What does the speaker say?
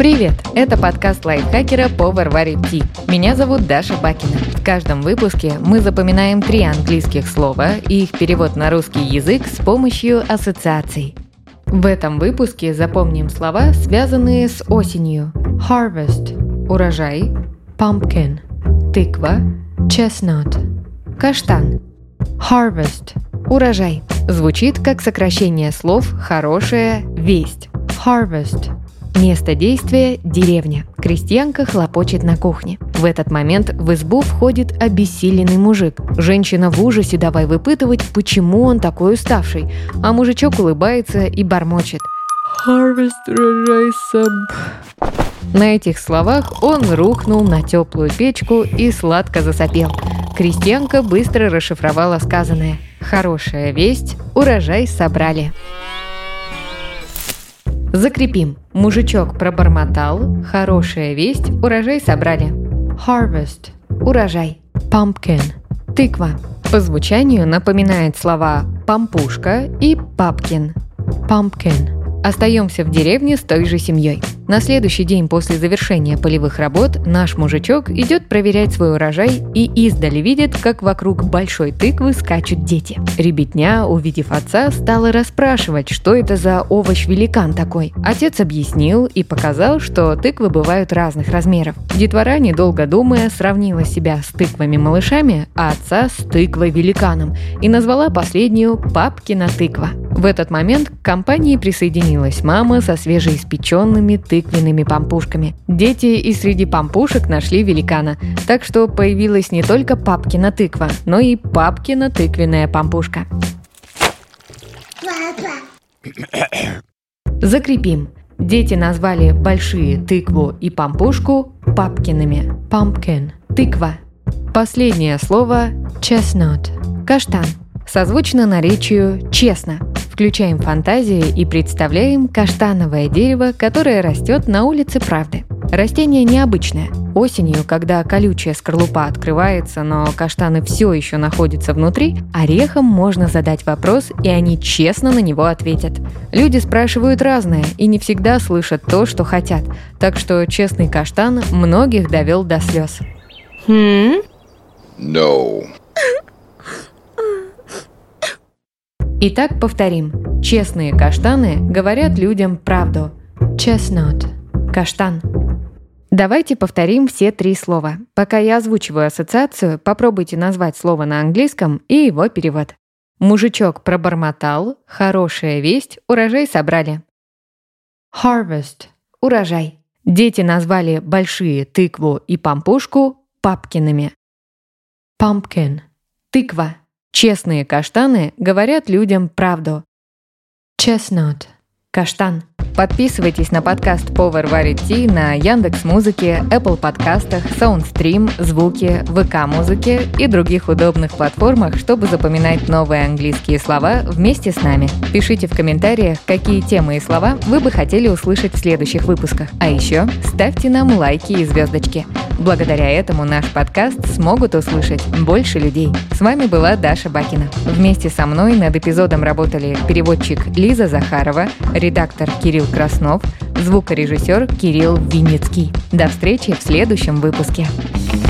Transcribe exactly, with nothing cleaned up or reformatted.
Привет! Это подкаст лайфхакера по Варваре Ти. Меня зовут Даша Бакина. В каждом выпуске мы запоминаем три английских слова и их перевод на русский язык с помощью ассоциаций. В этом выпуске запомним слова, связанные с осенью. Harvest – урожай, pumpkin – тыква, chestnut – каштан. Harvest – урожай. Звучит как сокращение слов «хорошая весть». Harvest. Место действия – деревня. Крестьянка хлопочет на кухне. В этот момент в избу входит обессиленный мужик. Женщина в ужасе давай выпытывать, почему он такой уставший. А мужичок улыбается и бормочет. Harvest урожай саб. На этих словах он рухнул на теплую печку и сладко засопел. Крестьянка быстро расшифровала сказанное. Хорошая весть, урожай собрали. Закрепим. Мужичок пробормотал. Хорошая весть, урожай собрали. Harvest – урожай. Pumpkin – тыква. По звучанию напоминает слова «пампушка» и «папкин». Pumpkin. Остаемся в деревне с той же семьей. На следующий день после завершения полевых работ наш мужичок идет проверять свой урожай и издали видит, как вокруг большой тыквы скачут дети. Ребятня, увидев отца, стала расспрашивать, что это за овощ-великан такой. Отец объяснил и показал, что тыквы бывают разных размеров. Детвора, недолго думая, сравнила себя с тыквами-малышами, а отца с тыквой-великаном и назвала последнюю «папкина тыква». В этот момент к компании присоединилась мама со свежеиспеченными тыквенными пампушками. Дети и среди пампушек нашли великана, так что появилась не только папкина тыква, но и папкина тыквенная пампушка. Закрепим. Дети назвали большие тыкву и пампушку папкиными. Pumpkin – тыква. Последнее слово – chestnut – каштан. Созвучно наречию «честно». Включаем фантазию и представляем каштановое дерево, которое растет на улице Правды. Растение необычное. Осенью, когда колючая скорлупа открывается, но каштаны все еще находятся внутри, орехам можно задать вопрос, и они честно на него ответят. Люди спрашивают разное и не всегда слышат то, что хотят, так что честный каштан многих довел до слез. Hmm? No. Итак, повторим. Честные каштаны говорят людям правду. Chestnut – каштан. Давайте повторим все три слова. Пока я озвучиваю ассоциацию, попробуйте назвать слово на английском и его перевод. Мужичок пробормотал. Хорошая весть, урожай собрали. Harvest – урожай. Дети назвали большие тыкву и пампушку папкиными. Pumpkin – тыква. Честные каштаны говорят людям правду. Chestnut – каштан. Подписывайтесь на подкаст по Варваре Ти на Яндекс.Музыке, Apple подкастах, Soundstream, Звуки, ВК-музыке и других удобных платформах, чтобы запоминать новые английские слова вместе с нами. Пишите в комментариях, какие темы и слова вы бы хотели услышать в следующих выпусках. А еще ставьте нам лайки и звездочки. Благодаря этому наш подкаст смогут услышать больше людей. С вами была Даша Бакина. Вместе со мной над эпизодом работали переводчик Лиза Захарова, редактор Кирилл Краснов, звукорежиссер Кирилл Винницкий. До встречи в следующем выпуске.